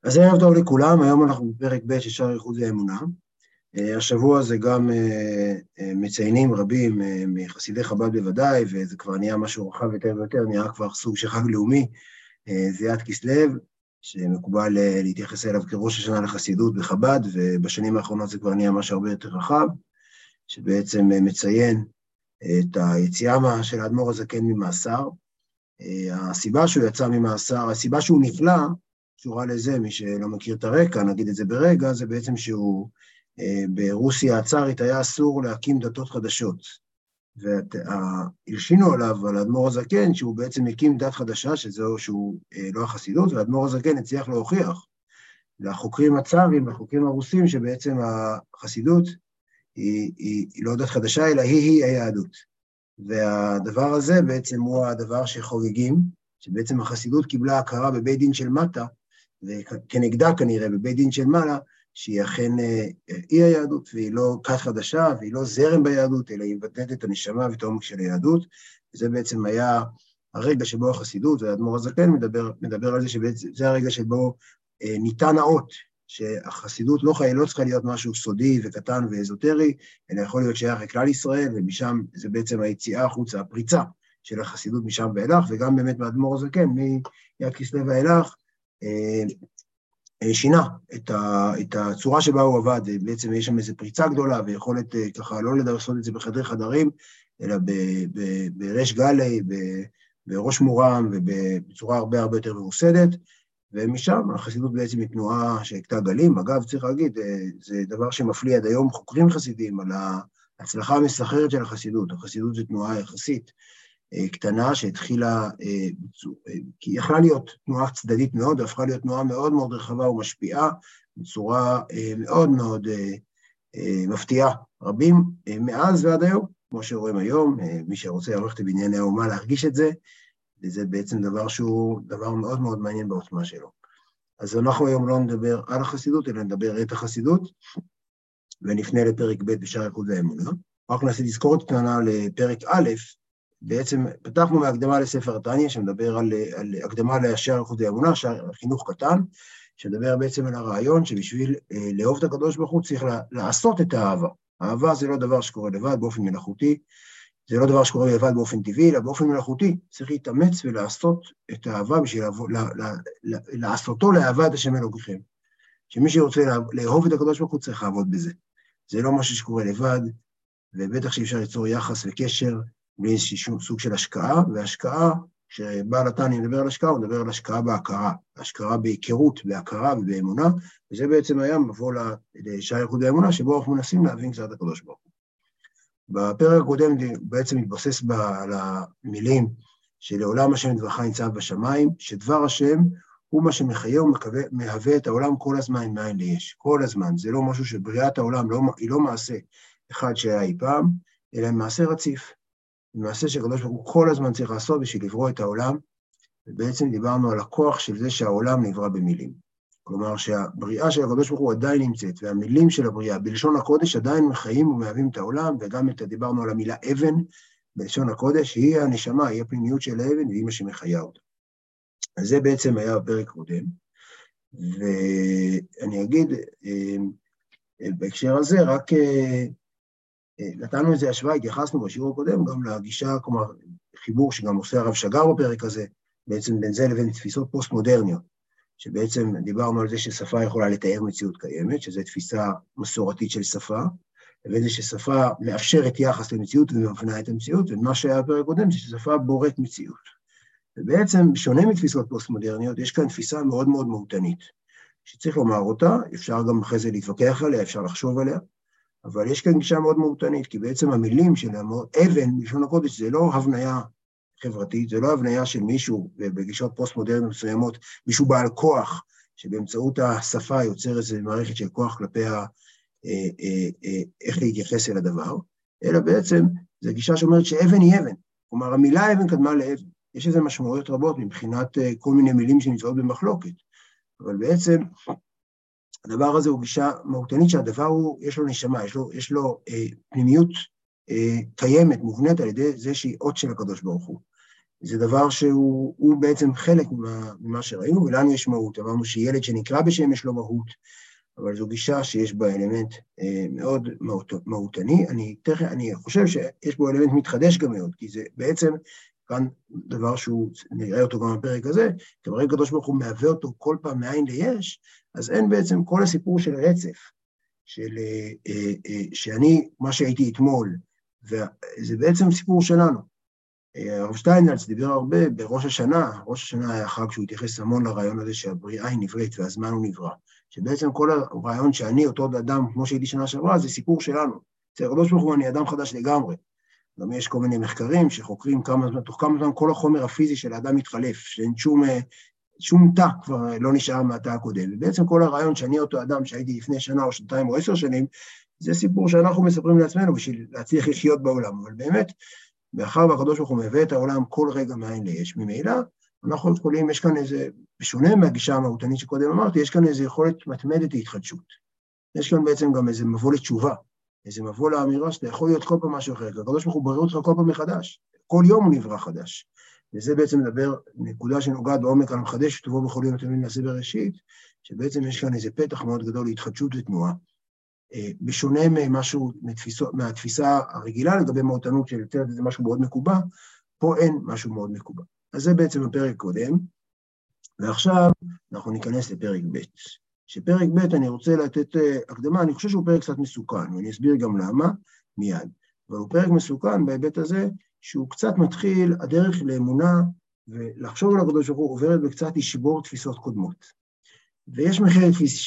אז ערב טוב לכולם, היום אנחנו בפרק ב' של שער ייחוד ואמונה. השבוע זה גם מציינים רבים מחסידי חב"ד בוודאי, וזה כבר נהיה משהו רחב יותר ויותר, נהיה כבר סוג של חג לאומי, זיעת כסלו, שמקובל להתייחס אליו כראש השנה לחסידות בחב"ד, ובשנים האחרונות זה כבר נהיה משהו הרבה יותר רחב, שבעצם מציין את היציאה של האדמו"ר הזקן ממאסר. הסיבה שהוא יצא ממאסר, הסיבה שהוא נפלא, קשורה לזה, מי שלא מכיר את הרקע, נגיד את זה ברגע, זה בעצם שהוא ברוסיה הצארית היה אסור להקים דתות חדשות. והלשינו עליו, על האדמו"ר הזקן, שהוא בעצם הקים דת חדשה, שזהו שהוא לא החסידות, והאדמו"ר הזקן הצליח להוכיח לחוקרים הצארים, לחוקרים הרוסים, שבעצם החסידות היא לא דת חדשה, אלא היא היהדות. והדבר הזה בעצם הוא הדבר שחוגגים, שבעצם החסידות קיבלה הכרה בבית דין של מטה, וכנגדה כנראה בבית דין של מעלה, שהיא אכן היא היהדות, והיא לא כת חדשה, והיא לא זרם ביהדות, אלא היא מבטאת את הנשמה ואת העומק של היהדות, וזה בעצם היה הרגע שבו החסידות, והאדמו"ר הזקן מדבר על זה, שזה הרגע שבו ניתן האות, שהחסידות לא צריכה להיות משהו סודי וקטן ואזוטרי, אלא יכול להיות שייך לכלל ישראל, ומשם זה בעצם היציאה החוצה, הפריצה של החסידות משם ואילך, וגם באמת מהאדמו"ר הזקן, מיד כסלו ואילך, שינה את הצורה שבה הוא עבד, בעצם יש שם איזו פריצה גדולה, ויכולת ככה לא לעשות את זה בחדרי חדרים, אלא בריש גלי, בראש מורם, ובצורה הרבה הרבה יותר ממוסדת, ומשם החסידות בעצם היא תנועה שהקטה גלים. אגב, צריך להגיד, זה דבר שמפליא עד היום חוקרים חסידים על ההצלחה המסחררת של החסידות. החסידות זו תנועה יחסית קטנה שהתחילה, כי היא יכלה להיות תנועה צדדית מאוד, והפכה להיות תנועה מאוד מאוד רחבה ומשפיעה, בצורה מאוד מאוד מפתיעה. רבים מאז ועד היום, כמו שרואים היום, מי שרוצה ללכת בבנייני האומה להרגיש את זה, וזה בעצם דבר שהוא דבר מאוד מאוד מעניין בעוצמה שלו. אז אנחנו היום לא נדבר על החסידות, אלא נדבר את החסידות, ונפנה לפרק ב' בשער ייחוד ואמונה. רק נעשה תזכורת קטנה לפרק א', בעצם פתחנו מהקדמה לספר התניא, שמדבר על הקדמה לשער ייחוד ואמונה, שער חינוך קטן, שמדבר בעצם על הרעיון שבשביל לאהוב את הקדוש ברוך הוא צריך לעשות את האהבה. האהבה זה לא דבר שקורה לבד באופן מלאכותי, זה לא דבר שקורה לבד באופן טבעי, אלא באופן מלאכותי. צריך להתאמץ ולעשות את האהבה בשביל לעשותו לאהבה את השם אלוקיכם. שמי שרוצה לאהוב את הקדוש ברוך הוא צריך לעבוד בזה. זה לא משהו שקורה לבד, ובטח שאי אפשר ליצור יחס וקשר בלי איזשהו סוג של השקעה, והשקעה, כשבעל התניא מדבר על השקעה, הוא מדבר על השקעה בהכרה, השקעה בהיכרות, בהכרה ובאמונה, וזה בעצם היה מבוא לשער ייחוד ואמונה, שבו אנחנו מנסים להבין קצת את הקדוש ברוך הוא. בפרק הקודם בעצם מתבסס על המילים שלעולם השם דברך ניצב בשמיים, שדבר השם הוא מה שמחיה ומהווה את העולם כל הזמן מאין ליש, כל הזמן. זה לא משהו שבריאת העולם היא לא מעשה אחד שהיה אי פעם, אלא מעשה רציף. מעשה שהקדוש ברוך הוא כל הזמן צריך לעשות בשביל לברוא את העולם, ובעצם דיברנו על הכוח של זה שהעולם נברא במילים. כלומר שהבריאה של הקדוש ברוך הוא עדיין נמצאת, והמילים של הבריאה בלשון הקודש עדיין מחיים ומהווים את העולם, וגם דיברנו על המילה אבן בלשון הקודש, היא הנשמה, היא הפנימיות של האבן, והיא מה שמחיה אותה. אז זה בעצם היה בפרק קודם, ואני אגיד בהקשר הזה, רק נתנו איזה השוואה, התייחסנו בשיעור הקודם גם לגישה, כלומר חיבור שגם עושה הרב שגר בפרק הזה, בעצם בין זה לבין תפיסות פוסט-מודרניות, שבעצם דיברנו על זה ששפה יכולה לתאר מציאות קיימת, שזו תפיסה מסורתית של שפה, וזה ששפה מאפשרת יחס למציאות ומבנה את המציאות, ומה שהיה בפרק קודם זה ששפה בוראת מציאות. ובעצם, שונה מתפיסות פוסט-מודרניות, יש כאן תפיסה מאוד מאוד מהותנית, שצריך לומר אותה, אפשר גם אחרי זה להתווכח עליה, אפשר לחשוב עליה, אבל יש כאן גישה מאוד מהותנית, כי בעצם המילים של אבן, בלשון הקודש, זה לא הבניה חברתית, זה לא הבניה של מישהו, בגישות פוסט-מודרניות מסוימות, מישהו בעל כוח, שבאמצעות השפה יוצר איזו מערכת של כוח כלפי איך להתייחס אל הדבר, אלא בעצם זו גישה שאומרת שאבן היא אבן, כלומר המילה אבן קדמה לאבן, יש איזה משמעויות רבות מבחינת כל מיני מילים שנמצאות במחלוקת, אבל בעצם הדבר הזה הוא גישה מהותנית שהדבר הוא, יש לו נשמה, יש לו פנימיות קיימת, מובנית על ידי זה שהיא אות של הקדוש ברוך הוא. זה דבר שהוא בעצם חלק ממה שראינו, ולנו יש מהות. אמרנו שילד שנקרא בשם יש לו מהות, אבל זו גישה שיש בה אלמנט מאוד מהותני. אני חושב שיש בו אלמנט מתחדש גם מאוד, כי זה בעצם כאן דבר שהוא, נראה אותו גם בפרק הזה, כי ברגע הקדוש ברוך הוא מהווה אותו כל פעם מאין ליש, אז אין בעצם כל הסיפור של רצף, שאני, מה שהייתי אתמול, וזה בעצם סיפור שלנו. הרב שטיינזלץ דיבר הרבה בראש השנה, ראש השנה היה חג שהוא התייחס המון לרעיון הזה שהבריאה היא נבראת והזמן הוא נברא, שבעצם כל הרעיון שאני אותו אדם, כמו שהייתי שנה שעברה, זה סיפור שלנו. אצל הקדוש ברוך הוא אני אדם חדש לגמרי. גם יש כל מיני מחקרים שחוקרים תוך כמה זמן כל החומר הפיזי של האדם מתחלף, שאין שום תא כבר לא נשאר מהתא הקודם. ובעצם כל הרעיון שאני אותו אדם שהייתי לפני שנה או שנתיים או 10 שנים, זה סיפור שאנחנו מספרים לעצמנו בשביל להצליח לחיות בעולם. אבל באמת, מאחר והקדוש ברוך הוא מביא את העולם כל רגע מאין ליש, ממילא, אנחנו יכולים, יש כאן איזה, בשונה מהגישה המהותנית שקודם אמרתי, יש כאן איזו יכולת מתמדת להתחדשות. יש כאן בעצם גם איזה מבוא לתשובה, איזה מבוא לאמירה שאתה יכול להיות כל פעם משהו אחר, הקדוש ברוך הוא ברא אותך כל פעם מחדש, כל יום הוא נברא חדש. וזה בעצם מדבר, נקודה שנוגעת בעומק על המחדש, שתבוא בכל יום תמיד נעשה בראשית, שבעצם יש כאן איזה פתח מאוד גדול להתחדשות ותנועה. בשונה ממשהו, מהתפיסה הרגילה לגבי מהותנות של יותר זה משהו מאוד מקובע, פה אין משהו מאוד מקובע. אז זה בעצם הפרק קודם, ועכשיו אנחנו ניכנס לפרק ב'. שפרק ב' אני רוצה לתת הקדמה, אני חושב שהוא פרק קצת מסוכן, ואני אסביר גם למה מיד, אבל הוא פרק מסוכן בהיבט הזה, שהוא קצת מתחיל הדרך לאמונה, ולחשוב על הקדוש ברוך הוא עוברת בקצת לשבור תפיסות קודמות. ויש מחיר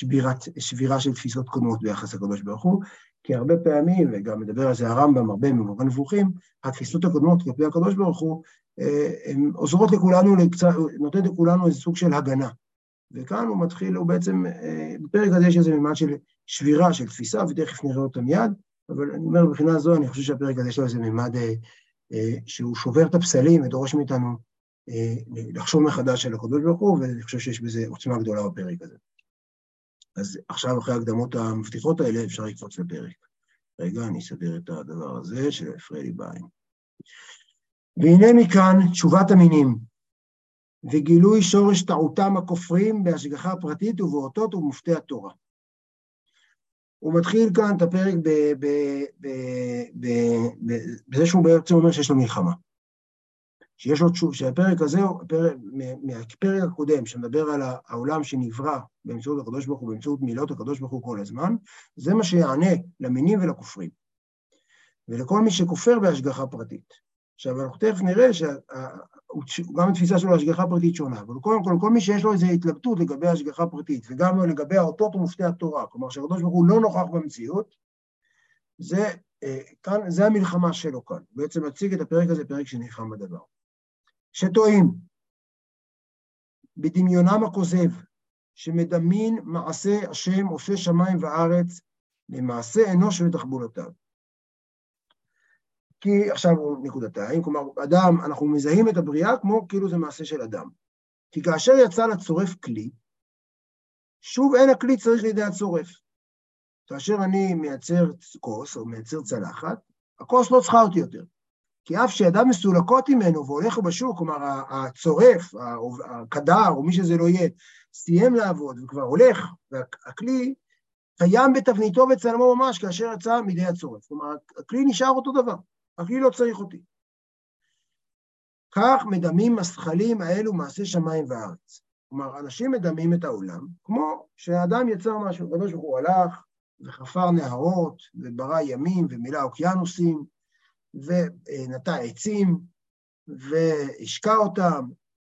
שבירה של תפיסות קודמות ביחס לקדוש ברוך הוא, כי הרבה פעמים, וגם מדבר על זה הרמב"ם הרבה ממורה נבוכים, התפיסות הקודמות כלפי הקדוש ברוך הוא, הן עוזרות לכולנו, נותנת לכולנו איזה סוג של הגנה. וכאן הוא מתחיל, הוא בעצם, בפרק הזה יש איזה ממד של שבירה של תפיסה, ותכף נראה אותה מיד, אבל אני אומר, מבחינה זו, אני חושב שהפרק הזה יש לו איזה ממד שהוא שובר את הפסלים ודורש מאיתנו לחשוב מחדש על הקדוש ברוך הוא, ואני חושב שיש בזה עוצמה גדולה בפרק הזה. אז עכשיו, אחרי ההקדמות המבטיחות האלה, אפשר לקפוץ לפרק. רגע, אני אסדר את הדבר הזה של הפריע לי בעין. והנה מכאן תשובת המינים, וגילוי שורש טעותם הכופרים בהשגחה פרטית ובאותות ובמופתי התורה. הוא מתחיל כאן את הפרק בזה שהוא בעצם אומר שיש לו מלחמה. שיש לו תשוב, שהפרק הזה, מהפרק הקודם, שמדבר על העולם שנברא באמצעות הקדוש ברוך הוא, באמצעות מילות הקדוש ברוך הוא כל הזמן, זה מה שיענה למינים ולכופרים. ולכל מי שכופר בהשגחה פרטית. עכשיו, אנחנו תכף נראה שגם התפיסה שלו השגחה פרטית שונה, אבל קודם כל, כל מי שיש לו איזו התלבטות לגבי השגחה פרטית, וגם לגבי האותות ומופתי התורה, כלומר שהקדוש ברוך הוא לא נוכח במציאות, זה המלחמה שלו כאן. בעצם מציג את הפרק הזה, פרק שנלחם בדבר. שטועים בדמיונם הכוזב, שמדמין מעשה השם עושה שמיים וארץ, למעשה אנוש ותחבולותיו. כי עכשיו הוא נקודתיים, כלומר, אדם, אנחנו מזהים את הבריאה כמו כאילו זה מעשה של אדם. כי כאשר יצא לצורף כלי, שוב אין הכלי צריך לידי הצורף. כאשר אני מייצר כוס או מייצר צלחת, הכוס לא צריכה אותי יותר. כי אף שידיו מסולקות ממנו והולך בשוק, כלומר, הצורף, הקדר, או מי שזה לא יהיה, סיים לעבוד וכבר הולך, והכלי קיים בתבניתו וצלמו ממש כאשר יצא מידי הצורף. כלומר, הכלי נשאר אותו דבר, הכלי לא צריך אותי. כך מדמים השכלים האלו מעשה שמיים וארץ. כלומר, אנשים מדמים את העולם, כמו שהאדם יצר משהו, הקדוש ברוך הוא הלך, וחפר נהרות, וברא ימים, ומילא אוקיינוסים, ונטע עצים, והשקע אותם,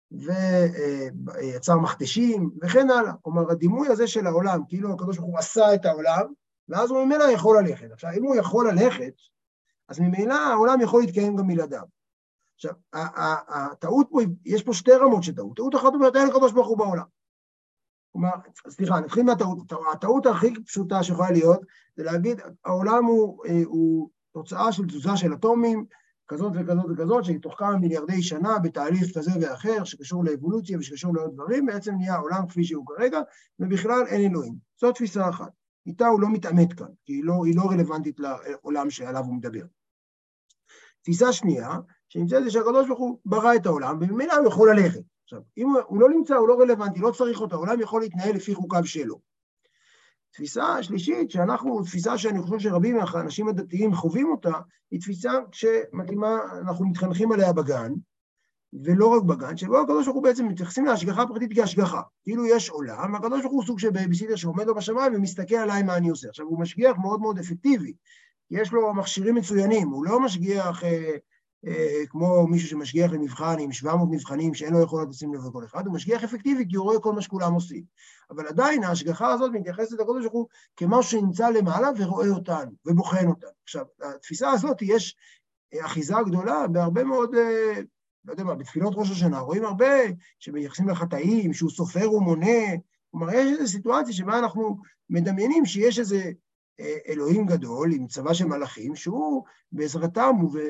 ויצר מכתשים, וכן הלאה. כלומר, הדימוי הזה של העולם, כאילו הקדוש ברוך הוא עשה את העולם, ואז הוא ממילא יכול ללכת. עכשיו, אם הוא יכול ללכת, אז ממילא העולם יכול להתקיים גם מלעדיו. עכשיו, הטעות פה, יש פה 2 רמות של טעות. טעות אחת אומרת, אין הקדוש ברוך הוא בעולם. כלומר, סליחה, נתחיל מהטעות. הטעות הכי פשוטה שיכולה להיות, זה להגיד, העולם הוא תוצאה של תזוזה של אטומים, כזאת וכזאת וכזאת, שתוך כמה מיליארדי שנה, בתהליך כזה ואחר, שקשור לאבולוציה ושקשור לעוד דברים, בעצם נהיה העולם כפי שהוא כרגע, ובכלל אין אלוהים. זו תפיסה אחת. איתה הוא לא מתעמת כאן, כי היא לא רלוונטית לעולם שעליו הוא מדבר. תפיסה שנייה, שנמצא זה שהקדוש ברוך הוא ברא את העולם, ובמילא הוא יכול ללכת. עכשיו, אם הוא לא נמצא, הוא לא רלוונטי, לא צריך אותו, העולם יכול להתנהל לפי חוקיו שלו. תפיסה שלישית, תפיסה שאני חושב שרבים מהאנשים הדתיים חווים אותה, היא תפיסה שמתאימה, אנחנו מתחנכים עליה בגן, ולא רק בגן, שבו הקדוש ברוך הוא בעצם מתייחסים להשגחה פרטית כהשגחה. כאילו יש עולם, הקדוש ברוך הוא סוג של בייביסיטר שעומד לו בשמיים ומסתכל עליי מה אני עושה. עכשיו, הוא משגיח מאוד מאוד אפקטיבי, יש לו מכשירים מצוינים, הוא לא משגיח כמו מישהו שמשגיח למבחן עם 700 מבחנים שאין לו יכולת לשים לב לכל אחד, הוא משגיח אפקטיבי כי הוא רואה כל מה שכולם עושים. אבל עדיין ההשגחה הזאת מתייחסת לקדוש ברוך הוא כמשהו שנמצא למעלה ורואה אותנו ובוחן אותנו. עכשיו, התפיסה הזאת יש אחיזה גדולה בהרבה מאוד, לא יודע מה, בתפילות ראש השנה, רואים הרבה שמייחסים לחטאים, שהוא סופר ומונה, כלומר, יש איזו סיטואציה שבה אנחנו מדמיינים שיש איזה אלוהים גדול עם צבא של מלאכים, שהוא בעזרתם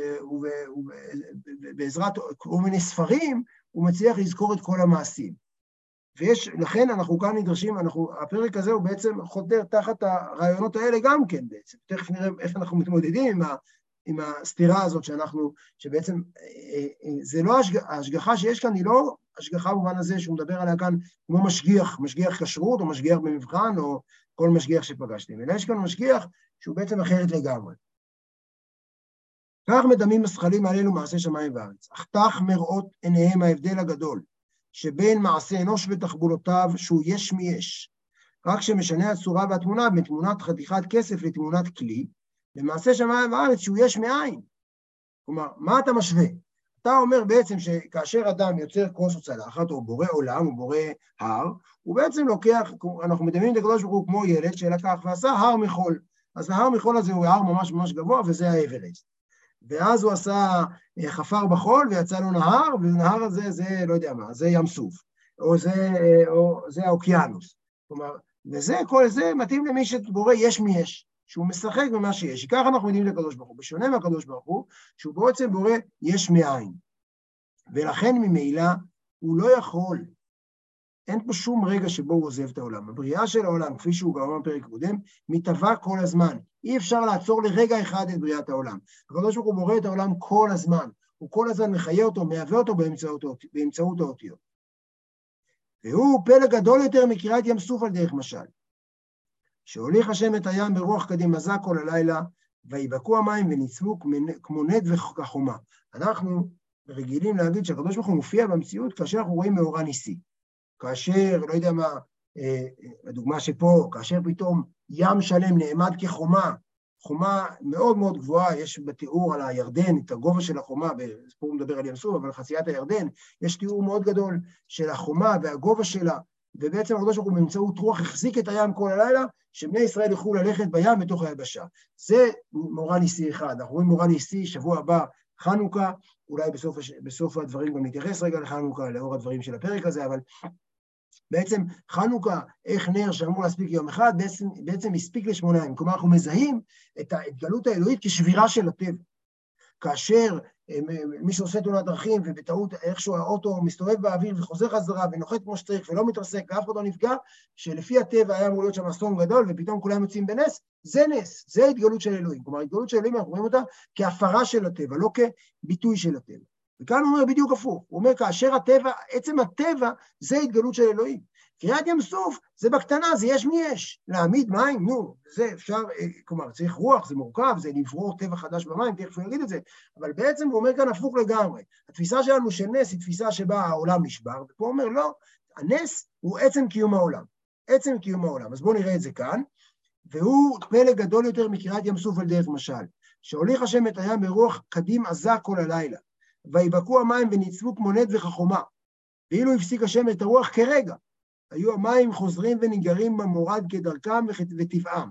ובעזרת כל מיני ספרים, הוא מצליח לזכור את כל המעשים. לכן אנחנו כאן נדרשים, הפרק הזה הוא בעצם חותר תחת הרעיונות האלה גם כן בעצם. תכף נראה איך אנחנו מתמודדים עם הסתירה הזאת שבעצם זה לא ההשגחה שיש כאן, היא לא השגחה במובן הזה שהוא מדבר עליה כאן כמו משגיח כשרות או משגיח במבחן או כל משגיח שפגשתם, אלא יש כאן משגיח שהוא בעצם אחרת לגמרי. כך מדמים השכלים עלינו מעשה שמיים וארץ, אך תח מראות עיניהם ההבדל הגדול, שבין מעשה אנוש ותחבולותיו שהוא יש מיש, רק שמשנה הצורה והתמונה מתמונת חתיכת כסף לתמונת כלי, למעשה שמיים וארץ שהוא יש מאין. כלומר, מה אתה משווה? אתה אומר בעצם שכאשר אדם יוצר כוס או צלחת, או בורא עולם, או בורא הר, הוא בעצם לוקח, אנחנו מדמיינים את הקדוש ברוך הוא כמו ילד שלקח ועשה הר מחול. אז ההר מחול הזה הוא הר ממש ממש גבוה, וזה האברסט. ואז הוא עשה חפר בחול, ויצא לו נהר, ונהר הזה זה לא יודע מה, זה ים סוף, או זה האוקיינוס. כלומר, כל זה מתאים למי שבורא יש מיש. שהוא משחק במה שיש. ככה אנחנו יודעים לקדוש ברוך הוא. בשונה מהקדוש ברוך הוא, שהוא בעצם בורא יש מאין. ולכן ממילא הוא לא יכול, אין פה שום רגע שבו הוא עוזב את העולם. הבריאה של העולם, כפי שהוא גם בפרק קודם, מתהווה כל הזמן. אי אפשר לעצור לרגע אחד את בריאת העולם. הקדוש ברוך הוא בורא את העולם כל הזמן. הוא כל הזמן מחיה אותו, מהווה אותו באמצעות האותיות. והוא פלא גדול יותר מקריאת ים סוף על דרך משל. שהוליך השם את הים ברוח קדים עזה כל הלילה, ויבקעו המים וניצבו כמו נד וכחומה. אנחנו רגילים להגיד שהקדוש ברוך הוא מופיע במציאות כאשר אנחנו רואים מאורע ניסי. כאשר, לא יודע מה, הדוגמה שפה, כאשר פתאום ים שלם נעמד כחומה, חומה מאוד מאוד גבוהה, יש בתיאור על הירדן, את הגובה של החומה, פה הוא מדבר על ים סוף, אבל חציית הירדן, יש תיאור מאוד גדול של החומה והגובה שלה, ובעצם הקדוש ברוך הוא באמצעות רוח החזיק את הים כל הלילה, שבני ישראל יוכלו ללכת בים בתוך היבשה. זה מאורע ניסי אחד. אנחנו רואים מאורע ניסי, שבוע הבא, חנוכה, אולי בסוף הדברים גם נתייחס רגע לחנוכה, לאור הדברים של הפרק הזה, אבל בעצם חנוכה, איך נר שאמור להספיק יום אחד, בעצם הספיק ל8 ימים. כלומר, אנחנו מזהים את ההתגלות האלוהית כשבירה של הטבע. כאשר מי שעושה תאונת דרכים, ובטעות איכשהו האוטו מסתובב באוויר וחוזר חזרה ונוחת כמו שצריך ולא מתרסק ואף אחד לא נפגע, שלפי הטבע היה אמור להיות שם אסון גדול ופתאום כולם יוצאים בנס, זה נס, זה ההתגלות של אלוהים. כלומר, ההתגלות של אלוהים אנחנו רואים אותה כהפרה של הטבע, לא כביטוי של הטבע. וכאן הוא אומר בדיוק הפוך, הוא אומר כאשר הטבע, עצם הטבע זה ההתגלות של אלוהים. קריאת ים סוף זה בקטנה, זה יש מי יש, להעמיד מים, נו, זה אפשר, כלומר, צריך רוח, זה מורכב, זה לברור טבע חדש במים, תכף הוא יגיד את זה, אבל בעצם הוא אומר כאן הפוך לגמרי. התפיסה שלנו של נס היא תפיסה שבה העולם נשבר, ופה הוא אומר, לא, הנס הוא עצם קיום העולם, עצם קיום העולם. אז בואו נראה את זה כאן, והוא פלא גדול יותר מקריאת ים סוף על דרך משל, שהוליך השם את הים ברוח קדים עזה כל הלילה, ויבקעו המים וניצבו כמו נד וכחומה, ואילו הפסיק השם את הרוח כרגע, היו המים חוזרים ונגרים במורד כדרכם וטבעם.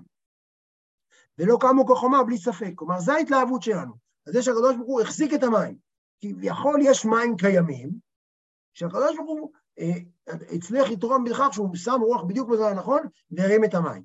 ולא קמו כחומה בלי ספק. כלומר, זו ההתלהבות שלנו. אז זה שהקדוש ברוך הוא החזיק את המים. כביכול יש מים קיימים, שהקדוש ברוך הוא הצליח לתרום בכך שהוא שם רוח בדיוק בזמן הנכון, והרים את המים.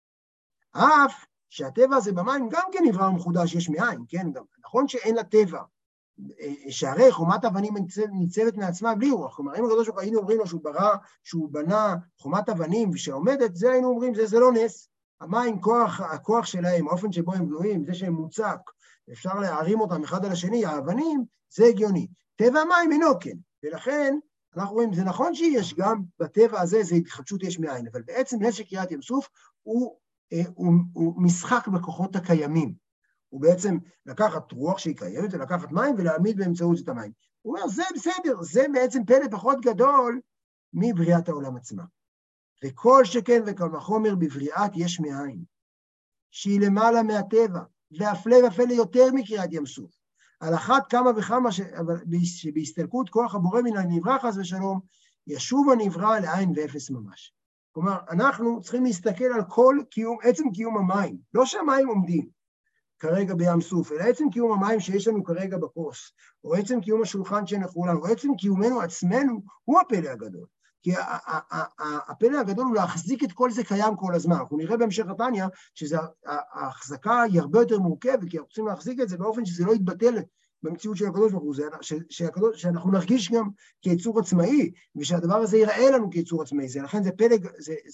אף שהטבע הזה במים גם כן נברא מחודש, יש מאין, כן? גם, נכון שאין לטבע, שהרי חומת אבנים ניצבת מעצמה בלי רוח. כלומר, אם הקדוש ברוך הוא היינו אומרים לו שהוא ברא, שהוא בנה חומת אבנים ושעומדת, זה היינו אומרים, זה לא נס. המים, הכוח שלהם, האופן שבו הם בנויים, זה שהם מוצק, אפשר להערים אותם אחד על השני, האבנים, זה הגיוני. טבע המים אינו כן, ולכן אנחנו רואים, זה נכון שיש גם בטבע הזה, זה התחדשות יש מאין, אבל בעצם נס של קריעת ים סוף הוא משחק בכוחות הקיימים. הוא בעצם לקחת רוח שהיא קיימת, ולקחת מים ולהעמיד באמצעות את המים. הוא אומר, זה בסדר, זה בעצם פלא פחות גדול מבריאת העולם עצמה. וכל שכן וכל החומר בבריאת יש מאין, שהיא למעלה מהטבע, והפלא ופלא יותר מקריאת ים סוף. על אחת כמה וכמה שבהסתלקות כוח הבורא מן הנברא חס ושלום, ישוב הנברא לעין ואפס ממש. כלומר, אנחנו צריכים להסתכל על כל קיום, עצם קיום המים, לא שהמים עומדים כרגע בים סוף, אלא עצם קיום המים שיש לנו כרגע בכוס, או עצם קיום השולחן שאנחנו לנו, או עצם קיומנו עצמנו, הוא הפלא הגדול. כי הפלא הגדול הוא להחזיק את כל זה קיים כל הזמן. אנחנו נראה בהמשך התניא שההחזקה היא הרבה יותר מורכבת, כי אנחנו צריכים להחזיק את זה באופן שזה לא יתבטל במציאות של הקדוש ברוך הוא, שאנחנו נרגיש גם כיצור עצמאי, ושהדבר הזה ייראה לנו כיצור עצמאי. לכן זה פלג,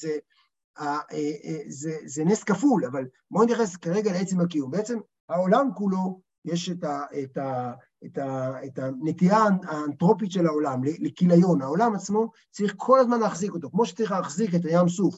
זה נס כפול, אבל בואו נתייחס כרגע לעצם הקיום. בעצם העולם כולו יש את הנטייה האנתרופית של העולם, לכיליון. העולם עצמו צריך כל הזמן להחזיק אותו, כמו שצריך להחזיק את הים סוף,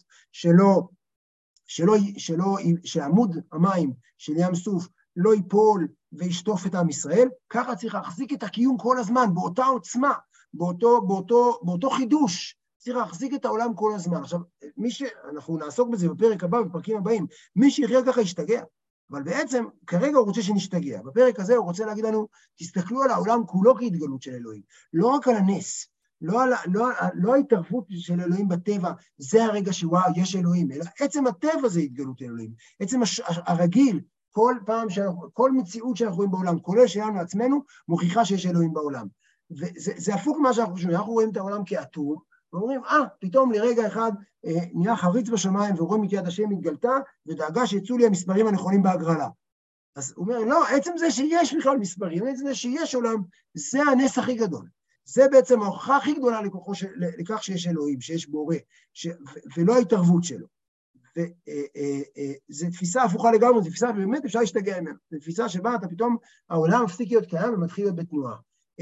שעמוד המים של ים סוף לא ייפול וישטוף את עם ישראל, ככה צריך להחזיק את הקיום כל הזמן, באותה עוצמה, באותו חידוש, צריך להחזיק את העולם כל הזמן. עכשיו, אנחנו נעסוק בזה בפרק הבא, בפרקים הבאים, מי שיחיה ככה ישתגע, אבל בעצם כרגע הוא רוצה שנשתגע. בפרק הזה הוא רוצה להגיד לנו, תסתכלו על העולם כולו כהתגלות של אלוהים, לא רק על הנס, לא ההתערבות של אלוהים בטבע, זה הרגע שוואו, יש אלוהים, אלא עצם הטבע זה התגלות אלוהים, עצם הרגיל, כל מציאות שאנחנו רואים בעולם, כולל שלנו עצמנו, מוכיחה שיש אלוהים בעולם. וזה הפוך מה שאנחנו חושבים, אנחנו רואים את העולם כאטום, ואומרים, פתאום לרגע אחד נהיה חריץ בשמיים, ורואים את יד השם התגלתה, ודאגה שיצאו לי המספרים הנכונים בהגרלה. אז הוא אומר, לא, עצם זה שיש בכלל מספרים, עצם זה שיש עולם, זה הנס הכי גדול. זה בעצם ההוכחה הכי גדולה לכך שיש אלוהים, שיש בורא, ולא ההתערבות שלו. וזו תפיסה הפוכה לגמרי, זו תפיסה באמת אפשר להשתגע ממנה. זו תפיסה שבה אתה פתאום, העולם מפסיק להיות קיים ומתחיל להיות בתנועה.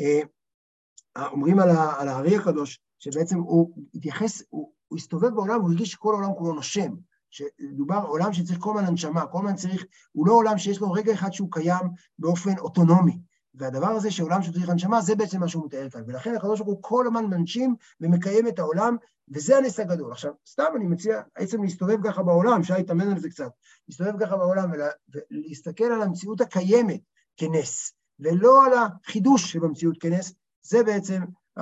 אומרים על הארי הקדוש, שבעצם הוא התייחס, הוא הסתובב בעולם, הוא הרגיש שכל העולם כולו נושם, שדובר עולם שצריך כל הזמן הנשמה, כל הזמן צריך, הוא לא עולם שיש לו רגע אחד שהוא קיים באופן אוטונומי, והדבר הזה שעולם שצריך הנשמה, זה בעצם מה שהוא מתאר כאן, ולכן הקדוש ברוך הוא כל הזמן מנשים ומקיים את העולם, וזה הנס הגדול. עכשיו, סתם אני מציע בעצם להסתובב ככה בעולם, אפשר להתאמן על זה קצת, להסתובב ככה בעולם ולהסתכל על המציאות הקיימת כנס, ולא על החידוש שבמציאות כנס, זה בעצם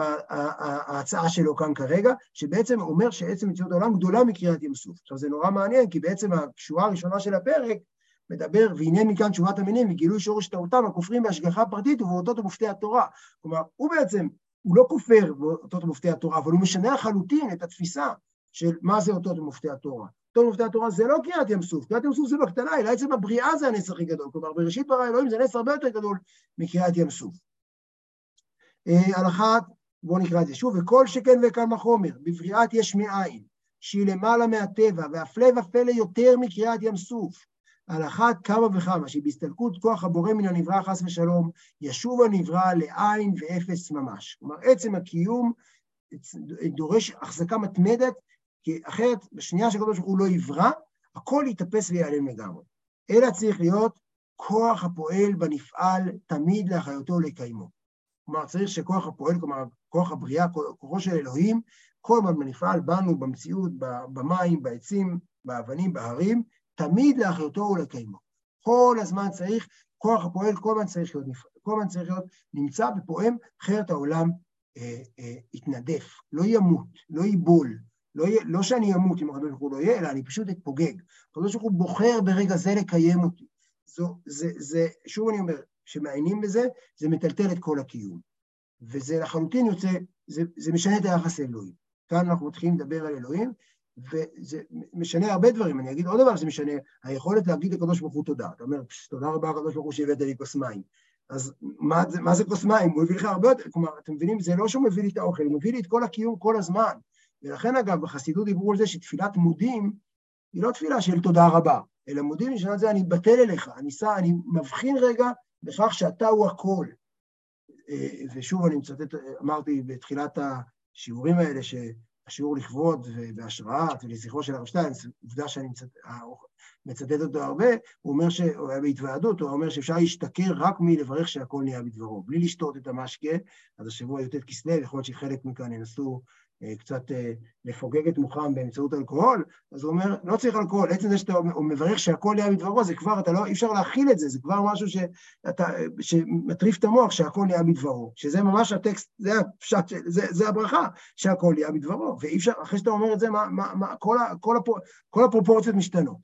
ההצעה שלו כאן כרגע, שבעצם אומר שעצם מציאות העולם גדולה מקריאת ים סוף. עכשיו זה נורא מעניין, כי בעצם השורה הראשונה של הפרק מדבר, והנה מכאן תשובת המינים, וגילוי שורש טעותם, הכופרים בהשגחה פרטית ובאותות ומופתי התורה. כלומר, הוא בעצם, הוא לא כופר באותות ומופתי התורה, אבל הוא משנה לחלוטין את התפיסה של מה זה אותות ומופתי התורה. אותות ומופתי התורה זה לא קריאת ים סוף, קריאת ים סוף זה בקטנה, אלא עצם הבריאה זה הנס הכי גדול. כלומר, בראשית ברא אלוהים זה נס הרבה יותר גדול מקריאת ים סוף. על אחת, בואו נקרא את זה שוב, וכל שכן וכמה חומר, בבריאת יש מאין, שהיא למעלה מהטבע, והפלא ופלא יותר מקריאת ים סוף, על אחת כמה וכמה, שהיא בהסתלקות כוח הבורא מן הנברא חס ושלום, ישוב הנברא לעין ואפס ממש. כלומר, עצם הקיום דורש החזקה מתמדת, כי אחרת, בשנייה שהקדוש ברוך הוא לא יברא, הכל יתאפס ויעלם לגמרי. אלא צריך להיות כוח הפועל בנפעל תמיד להחיותו ולקיימו. כלומר, צריך שכוח הפועל, כלומר, כוח הבריאה, כוחו של אלוהים, כל הזמן בנפעל בנו, במציאות, במים, בעצים, באבנים, בהרים, תמיד להחיותו ולקיימו. כל הזמן צריך, כוח הפועל, כל הזמן צריך להיות נמצא ופועם, אחרת העולם יתנדף, לא ימות, לא ייבול, לא שאני אמות אם הקדוש ברוך הוא לא יהיה, אלא אני פשוט אתפוגג. הקדוש ברוך הוא בוחר ברגע זה לקיים אותי. שוב אני אומר, שמעיינים בזה, זה מטלטל את כל הקיום. וזה לחלוטין יוצא, זה משנה את היחס לאלוהים. כאן אנחנו מתחילים לדבר על אלוהים, וזה משנה הרבה דברים. אני אגיד עוד דבר שזה משנה, היכולת להגיד לקדוש ברוך הוא תודה. אתה אומר, תודה רבה הקדוש ברוך הוא שהבאת לי כוס מים. אז מה זה כוס מים? הוא הביא לך הרבה יותר, כלומר, אתם מבינים, זה לא שהוא מביא לי את האוכל, הוא מביא לי את כל הקיום כל הזמן. ולכן אגב, בחסידות דיברו על זה שתפילת מודים, היא לא תפילה של תודה רבה. אלא מודים לשנות זה, אני בטל אליך, אני מבחין רגע בכך שאתה הוא הכל. ושוב, אני מצטט, אמרתי בתחילת השיעורים האלה, שהשיעור לכבוד ובהשראת ולזכרו של הרב שטיינץ, עובדה שאני מצטט אותו הרבה, הוא אומר שהוא היה בהתוועדות, הוא אומר שאפשר להשתכר רק מלברך שהכל נהיה בדברו, בלי לשתות את המשקה. אז השבוע י"ט כסלו, יכול להיות שחלק מכאן ינסו קצת לפוגג את מוחם באמצעות אלכוהול, אז הוא אומר, לא צריך אלכוהול, עצם זה שאתה מברך שהכל נהיה בדברו, זה כבר, אי אפשר להכיל את זה, זה כבר משהו שמטריף את המוח שהכל נהיה בדברו, שזה ממש הטקסט, זה הברכה, שהכל נהיה בדברו, ואי אפשר, אחרי שאתה אומר את זה, כל הפרופורציות משתנות.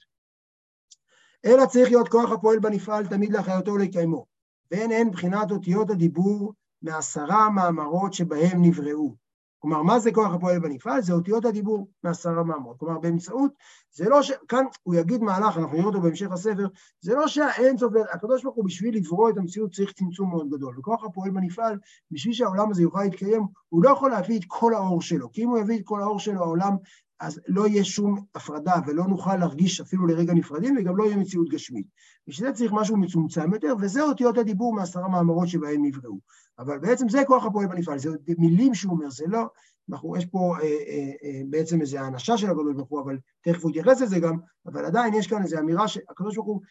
אלא צריך להיות כוח הפועל בנפעל תמיד להחיותו ולקיימו, ואין בחינת אותיות הדיבור מ10 מאמרות שבהם נבראו. כלומר, מה זה כוח הפועל בנפעל? זה אותיות הדיבור מ10 מאמרות. כלומר, באמצעות, זה לא כאן הוא יגיד מהלך, אנחנו נראה אותו בהמשך הספר, זה לא שהאין סוף, הקדוש ברוך הוא בשביל לברוא את המציאות צריך צמצום מאוד גדול, וכוח הפועל בנפעל, בשביל שהעולם הזה יוכל להתקיים, הוא לא יכול להביא את כל האור שלו, כי אם הוא יביא את כל האור שלו, העולם, אז לא יהיה שום הפרדה, ולא נוכל להרגיש אפילו לרגע נפרדים, וגם לא יהיה מציאות גשמית. בשביל זה צריך משהו מצומצם יותר, וזה אותיות הדיבור מ10 מאמרות שבהם נבראו. אבל בעצם זה כוח הפועל בנפעל, זה מילים שהוא אומר, זה לא, יש פה בעצם איזו האנשה של הקדוש ברוך הוא, אבל תכף הוא יתייחס לזה גם, אבל עדיין יש כאן איזו אמירה שהקדוש ברוך הוא,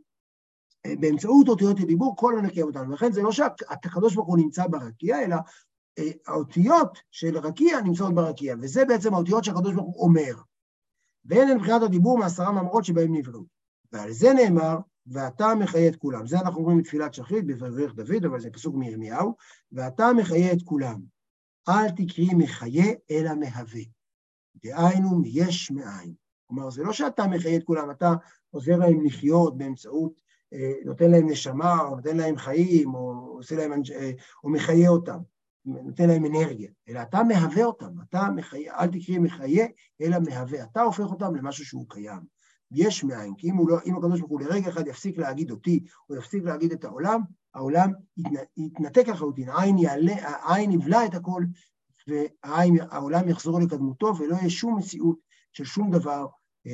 באמצעות אותיות הדיבור, כל הנקיים אותנו, ולכן זה לא שהקדוש ברוך הוא נמצא ברקיע, אלא האותיות של רקיע נמצאות ברקיע, וזה בעצם האותיות שהקדוש ברוך הוא אומר, ואין מבחינת הדיבור מ10 מאמרות שבהם נבראו, ועל זה נאמר, ואתה מחיה את כולם. זה אנחנו אומרים בתפילת שחרית, בברך דוד, אבל זה פסוק מירמיהו, ואתה מחיה את כולם. אל תקרי מחיה, אלא מהווה. דהיינו מיש מאין. כלומר, זה לא שאתה מחיה את כולם, אתה עוזר להם לחיות באמצעות, נותן להם נשמה, או נותן להם חיים, או עושה להם, או מחיה אותם, נותן להם אנרגיה, אלא אתה מהווה אותם, אתה מחיה, אל תקרי מחיה, אלא מהווה. אתה הופך אותם למשהו שהוא קיים. יש מאין, כי אם הקדוש ברוך הוא לרגע אחד יפסיק להגיד אותי, או יפסיק להגיד את העולם, העולם יתנתק לחלוטין, העין יבלע את הכל, והעולם יחזור לקדמותו, ולא יהיה שום מציאות של שום דבר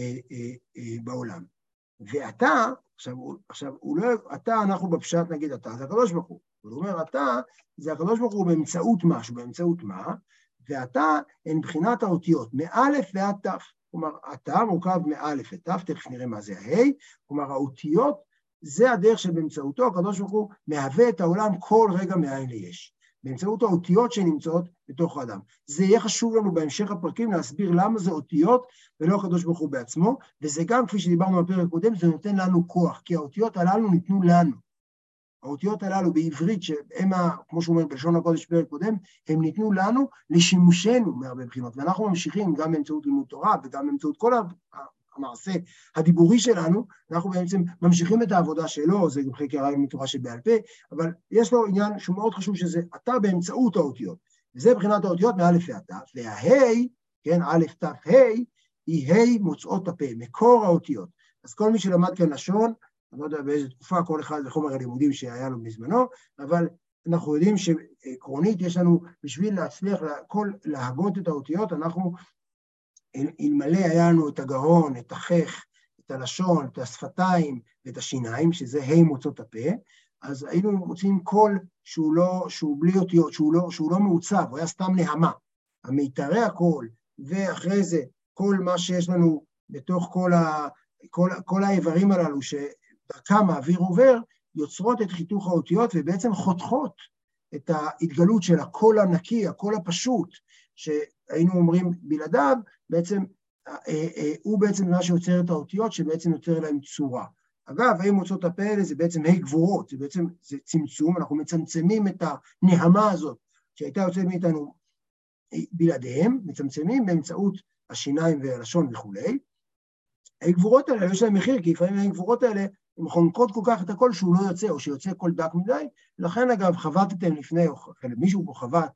בעולם. ואתה, עכשיו, אתה, אנחנו בפשט נגיד אתה, זה הקדוש ברוך הוא. הוא אומר, אתה, זה הקדוש ברוך הוא באמצעות משהו, באמצעות מה? ואתה, הן בחינת האותיות, מאלף ועד תף. כלומר, אתה מורכב מאלף ותף, תכף נראה מה זה ההי, כלומר, האותיות, זה הדרך שבאמצעותו, הקדוש ברוך הוא מהווה את העולם כל רגע מאין ליש. באמצעות האותיות שנמצאות בתוך האדם. זה יהיה חשוב לנו בהמשך הפרקים להסביר למה זה אותיות ולא הקדוש ברוך הוא בעצמו, וזה גם, כפי שדיברנו בפרק הקודם, זה נותן לנו כוח, כי האותיות הללו ניתנו לנו. האותיות הללו בעברית, שהם, כמו שהוא אומר בלשון הקודש פרק קודם, הם ניתנו לנו לשימושנו מהרבה בחינות, ואנחנו ממשיכים גם באמצעות לימוד תורה, וגם באמצעות כל המעשה הדיבורי שלנו, אנחנו בעצם ממשיכים את העבודה שלו, זה גם חקר לימוד תורה שבעל פה, אבל יש לו עניין שהוא מאוד חשוב, שזה אתה באמצעות האותיות, וזה מבחינת האותיות מאלף ועד תף, וההי, כן, א' ת' ה', היא ה' מוצאות הפה, מקור האותיות. אז כל מי שלמד כאן לשון, אני לא יודע באיזו תקופה, כל אחד לחומר הלימודים שהיה לו בזמנו, אבל אנחנו יודעים שעקרונית יש לנו, בשביל להצליח להגות את האותיות, אנחנו, אלמלא היה לנו את הגרון, את החך, את הלשון, את השפתיים ואת השיניים, שזה ה' מוצאות הפה, אז היינו מוצאים קול שהוא בלי אותיות, שהוא לא מעוצב, הוא היה סתם נהמה. המיתרי הקול, ואחרי זה כל מה שיש לנו בתוך כל האיברים הללו, דרכם האוויר עובר, יוצרות את חיתוך האותיות, ובעצם חותכות את ההתגלות של הקול הנקי, הקול הפשוט, שהיינו אומרים בלעדיו, בעצם, הוא בעצם מה שיוצר את האותיות, שבעצם יוצר להם צורה. אגב, ה' מוצאות הפה האלה זה בעצם ה' גבורות, זה בעצם צמצום, אנחנו מצמצמים את הנהמה הזאת, שהייתה יוצאת מאיתנו בלעדיהם, מצמצמים באמצעות השיניים והלשון וכו'. הגבורות האלה, יש להם מחיר, כי לפעמים הגבורות האלה, הן חונקות כל כך את הכל שהוא לא יוצא, או שיוצא כל דק מדי, לכן אגב חבטתם לפני, או מישהו פה חבט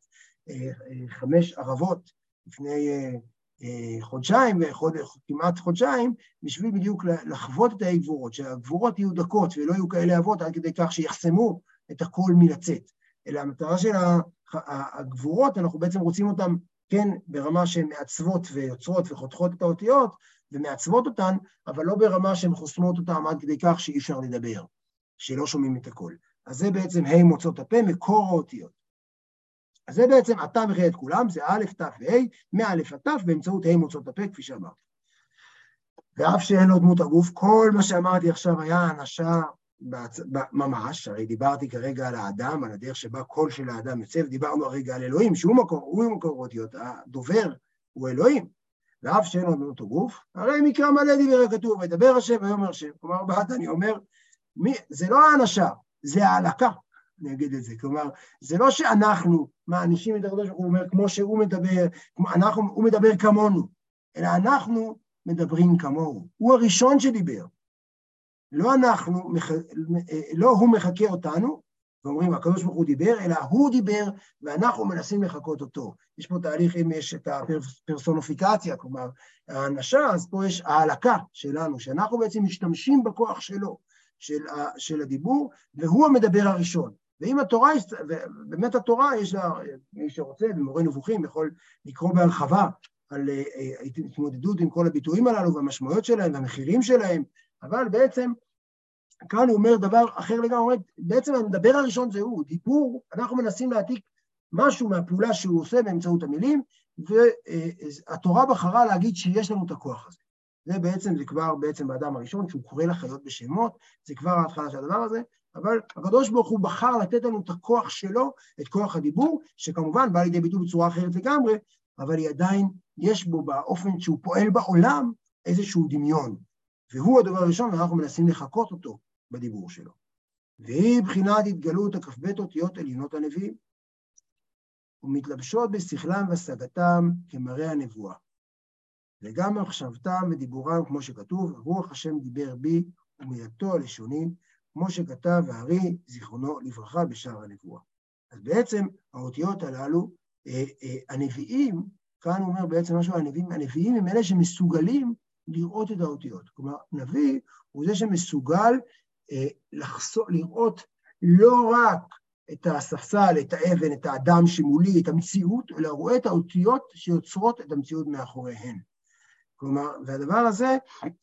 5 ערבות לפני חודשיים, כמעט חודשיים, בשביל בדיוק לחוות את הגבורות, שהגבורות יהיו דקות ולא יהיו כאלה אבות, עד כדי כך שיחסמו את הכל מלצאת. אלא המטרה של הגבורות, אנחנו בעצם רוצים אותם כן, ברמה שהן מעצבות ויוצרות וחותכות את האותיות, ומעצבות אותן, אבל לא ברמה שהן חוסמות אותן עד כדי כך שאי אפשר לדבר, שלא שומעים את הכל. אז זה בעצם ה' מוצאות הפה, מקור האותיות. אז זה בעצם אתה מכיל את כולם, זה א', ת' וה', מא' עד ת', באמצעות ה' מוצאות הפה, כפי שאמרתי. ואף שאין לו דמות הגוף, כל מה שאמרתי עכשיו היה אנשה ממש, הרי דיברתי כרגע על האדם, על הדרך שבה קול של האדם יוצא, ודיברנו הרגע על אלוהים, שהוא מקור אותיות, הדובר הוא אלוהים, ואף שאין לו דמות הגוף, הרי מקרא מלא דיבר הכתוב, וידבר השם ויאמר השם, כלומר, בעד אני אומר, זה לא האנשה, זה העלקה, אני אגיד את זה, כלומר, זה לא שאנחנו מענישים את הקדוש ברוך הוא, אומר, כמו שהוא מדבר, הוא מדבר כמונו, אלא אנחנו מדברים כמוהו, הוא הראשון שדיבר, לא אנחנו, לא הוא מחכה אותנו, ואומרים, הקדוש ברוך הוא דיבר, אלא הוא דיבר, ואנחנו מנסים לחכות אותו. יש פה תהליך, אם יש את הפרסונופיקציה, כלומר, האנשה, אז פה יש העלקה שלנו, שאנחנו בעצם משתמשים בכוח שלו, של הדיבור, והוא המדבר הראשון. ואם התורה, באמת התורה, יש לה, מי שרוצה, במורה נבוכים, יכול לקרוא בהרחבה, על התמודדות עם כל הביטויים הללו, והמשמעויות שלהם, והמחירים שלהם, אבל בעצם, כאן הוא אומר דבר אחר לגמרי, בעצם המדבר הראשון זהו, דיבור, אנחנו מנסים להעתיק משהו מהפעולה שהוא עושה באמצעות המילים, והתורה בחרה להגיד שיש לנו את הכוח הזה. זה בעצם, זה כבר בעצם באדם הראשון, שהוא קורא לחיות בשמות, זה כבר ההתחלה של הדבר הזה, אבל הקדוש ברוך הוא בחר לתת לנו את הכוח שלו, את כוח הדיבור, שכמובן בא לידי ביטוי בצורה אחרת לגמרי, אבל היא עדיין, יש בו באופן שהוא פועל בעולם, איזשהו דמיון. והוא הדבר הראשון, ואנחנו מנסים לחכות אותו בדיבור שלו. והיא בחינת התגלות הכ"ב אותיות עליונות הנביאים, ומתלבשות בשכלם והשגתם כמראה הנבואה. וגם מחשבתם ודיבורם, כמו שכתוב, רוח השם דיבר בי ומילתו הלשוני, כמו שכתב והרי זיכרונו לברכה בשער הנבואה. אז בעצם האותיות הללו, הנביאים, כאן הוא אומר בעצם משהו, הנביאים הם אלה שמסוגלים לראות את האותיות. כלומר, נביא הוא זה שמסוגל לראות לא רק את הספסל, את האבן, את האדם שמולי, את המציאות, אלא רואה את האותיות שיוצרות את המציאות מאחוריהן. כלומר, והדבר הזה,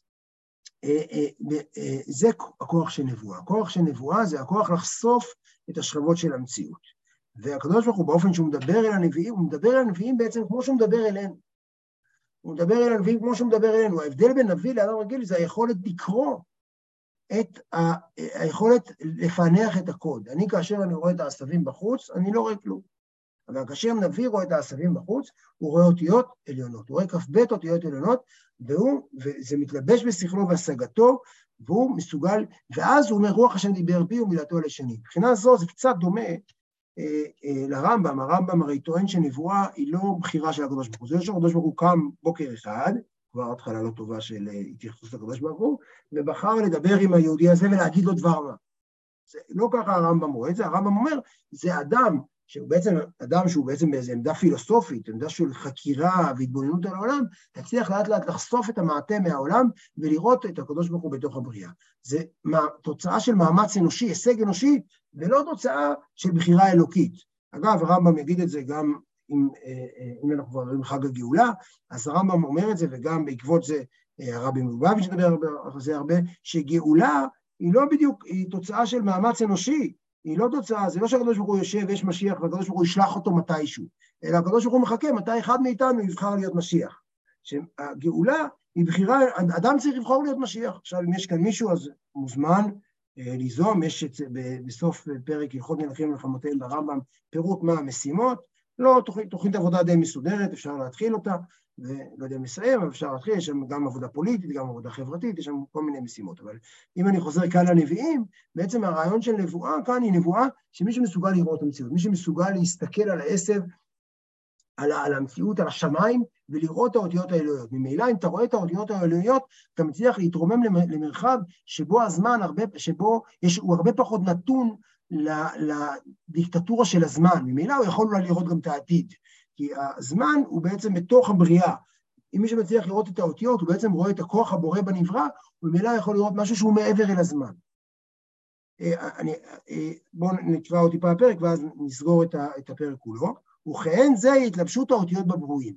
זה הכוח של נבואה. הכוח של נבואה זה הכוח לחשוף את השכבות של המציאות. והקדוש ברוך הוא באופן שהוא מדבר אל הנביאים, הוא מדבר אל הנביאים בעצם כמו שהוא מדבר אלינו. הוא מדבר אל הנביאים כמו שהוא מדבר אלינו. ההבדל בין נביא לאדם רגיל זה היכולת לקרוא, היכולת לפענח את הקוד. אני כאשר אני רואה את העשבים בחוץ, אני לא רואה כלום. אבל כאשר נביא רואה את העשבים בחוץ, הוא רואה אותיות עליונות. הוא רואה כ"ב אותיות עליונות, וזה מתלבש בשכלו והשגתו, והוא מסוגל, ואז הוא אומר, רוח השם דיבר בי ומילתו הלשוני. מבחינה זו זה קצת דומה לרמב"ם. הרמב"ם הרי טוען שנבואה היא לא בחירה של הקדוש ברוך הוא. זה שהקדוש ברוך הוא קם בוקר אחד, כבר התחלה לא טובה של התייחסות לקדוש ברוך הוא, ובחר לדבר עם היהודי הזה ולהגיד לו דבר מה. לא ככה הרמב"ם רואה את זה, הרמב"ם אומר, זה אדם שהוא בעצם באיזו עמדה פילוסופית, עמדה של חקירה והתבוננות על העולם, תצליח לאט לאט לחשוף את המעטה מהעולם, ולראות את הקדוש ברוך הוא בתוך הבריאה. זה תוצאה של מאמץ אנושי, הישג אנושי, ולא תוצאה של בחירה אלוקית. אגב, הרמב"ם יגיד את זה גם, אם אנחנו כבר רואים חג הגאולה, אז הרמב"ם אומר את זה, וגם בעקבות זה הרבי מלובביץ' מדבר על זה הרבה, שגאולה היא לא בדיוק, היא תוצאה של מאמץ אנושי, היא לא תוצאה, זה לא שהקדוש ברוך הוא יושב ויש משיח, והקדוש ברוך הוא ישלח אותו מתישהו, אלא הקדוש ברוך הוא מחכה, מתי אחד מאיתנו יבחר להיות משיח. שהגאולה היא בחירה, אדם צריך לבחור להיות משיח. עכשיו, אם יש כאן מישהו, אז מוזמן ליזום, יש בסוף פרק הלכות מלכים ולחמותיהם ברמב"ם, פירוט מה המשימות, לא תוכנית עבודה די מסודרת, אפשר להתחיל אותה, ולא יודע אם מסיים, אבל אפשר להתחיל, יש שם גם עבודה פוליטית, גם עבודה חברתית, יש שם כל מיני משימות. אבל אם אני חוזר כאן לנביאים, בעצם הרעיון של נבואה כאן היא נבואה שמי שמסוגל לראות את המציאות, מי שמסוגל להסתכל על העשב, על המציאות, על השמיים, ולראות את האותיות האלוהיות. ממילא, אם אתה רואה את האותיות האלוהיות, אתה מצליח להתרומם למרחב שבו הזמן, שבו הוא הרבה פחות נתון לדיקטטורה של הזמן. ממילא הוא יכול אולי לראות גם את העתיד. כי הזמן הוא בעצם בתוך הבריאה. אם מי שמצליח לראות את האותיות, הוא בעצם רואה את הכוח הבורא בנברא, וממילא יכול לראות משהו שהוא מעבר אל הזמן. בואו נקרא עוד טיפה הפרק, ואז נסגור את הפרק כולו. וכן זה התלבשות האותיות בברואים.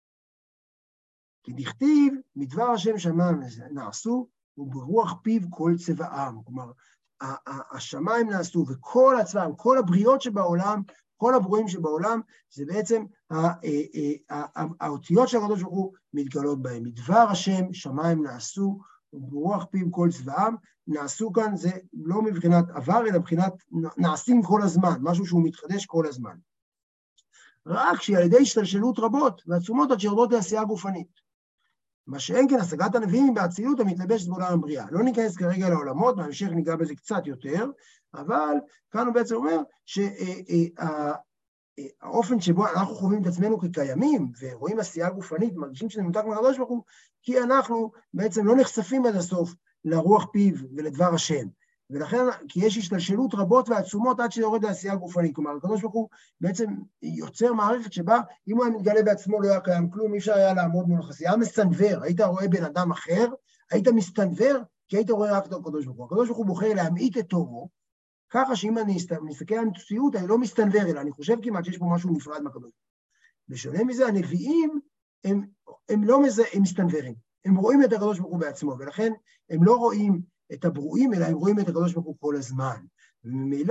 כי דכתיב, מדבר השם שמיים נעשו, וברוח פיו כל צבעם. כלומר, השמיים נעשו, וכל הצבעם, כל הבריות שבעולם, כל הברואים שבעולם, זה בעצם האותיות של הקדוש ברוך הוא מתגלות בהם. מדבר השם שמיים נעשו, וברוח פיו כל צבעם. נעשו כאן, זה לא מבחינת עבר, אלא מבחינת נעשים כל הזמן, משהו שהוא מתחדש כל הזמן. רק שעל ידי השתלשלות רבות, ועצומות עד שיורדות לעשייה גופנית. מה שאין כן, השגת הנביאים באצילות המתלבשת בעולם הבריאה. לא ניכנס כרגע לעולמות, בהמשך ניגע בזה קצת יותר, אבל כאן הוא בעצם אומר שהאופן שבו אנחנו חווים את עצמנו כקיימים, ורואים עשייה גופנית, מרגישים שזה מנותק מהקדוש ברוך הוא, כי אנחנו בעצם לא נחשפים עד הסוף לרוח פיו ולדבר השם. ולכן, כי יש השתלשלות רבות ועצומות עד שיורד לעשייה גופנית. כלומר, הקדוש ברוך הוא בעצם יוצר מערכת שבה, אם הוא היה מתגלה בעצמו לא היה קיים כלום, אי אפשר היה לעמוד מול החסייה. היה מסתנוור, היית רואה בן אדם אחר, היית מסתנוור, כי היית רואה רק את הקדוש ברוך הוא. הקדוש ברוך הוא בוחר להמעיט את תורו, ככה שאם אני מסתכל על המציאות, אני לא מסתנוור, אלא אני חושב כמעט שיש פה משהו נפרד מהקדוש ברוך הוא. בשונה מזה, הנביאים, הם לא הם מסתנוורים. הם רואים את הקדוש ברוך הוא בעצמו, ולכן הם לא רואים את הברואים, אלא הם רואים את הקדוש ברוך הוא כל הזמן. וממילא,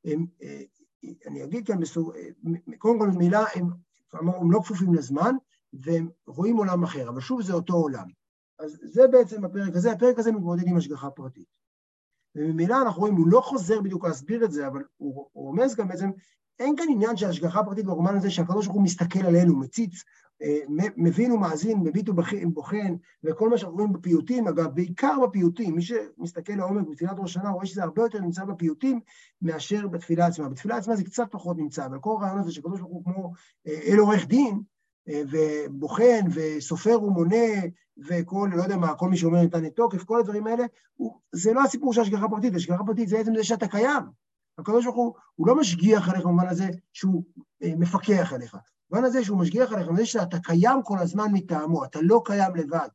אני אגיד כאן, קודם כל, ממילא הם לא כפופים לזמן, והם רואים עולם אחר, אבל שוב זה אותו עולם. אז זה בעצם הפרק הזה מתמודד עם השגחה פרטית. וממילא אנחנו רואים, הוא לא חוזר בדיוק להסביר את זה, אבל הוא רומז גם בעצם, אין כאן עניין של השגחה פרטית ברומן הזה, שהקדוש ברוך הוא מסתכל עלינו, מציץ, מבין ומאזין, מביט ובוחן, וכל מה שאנחנו רואים בפיוטים, אגב, בעיקר בפיוטים, מי שמסתכל לעומק בתפילת ראש השנה, רואה שזה הרבה יותר נמצא בפיוטים, מאשר בתפילה עצמה. בתפילה עצמה זה קצת פחות נמצא, אבל כל הרעיון הזה שהקדוש ברוך הוא כמו אל עורך דין, ובוחן, וסופר ומונה, וכל, לא יודע מה, כל מי שאומר ניתן לתוקף, כל הדברים האלה, זה לא הסיפור של השגחה פרטית, השגחה פרטית זה בעצם זה שאתה קיים. הקדוש ברוך הוא לא משגיח עליך במובן הזה שהוא מפקח עליך. במובן הזה שהוא משגיח עליך, זה שאתה קיים כל הזמן מטעמו, אתה לא קיים לבד.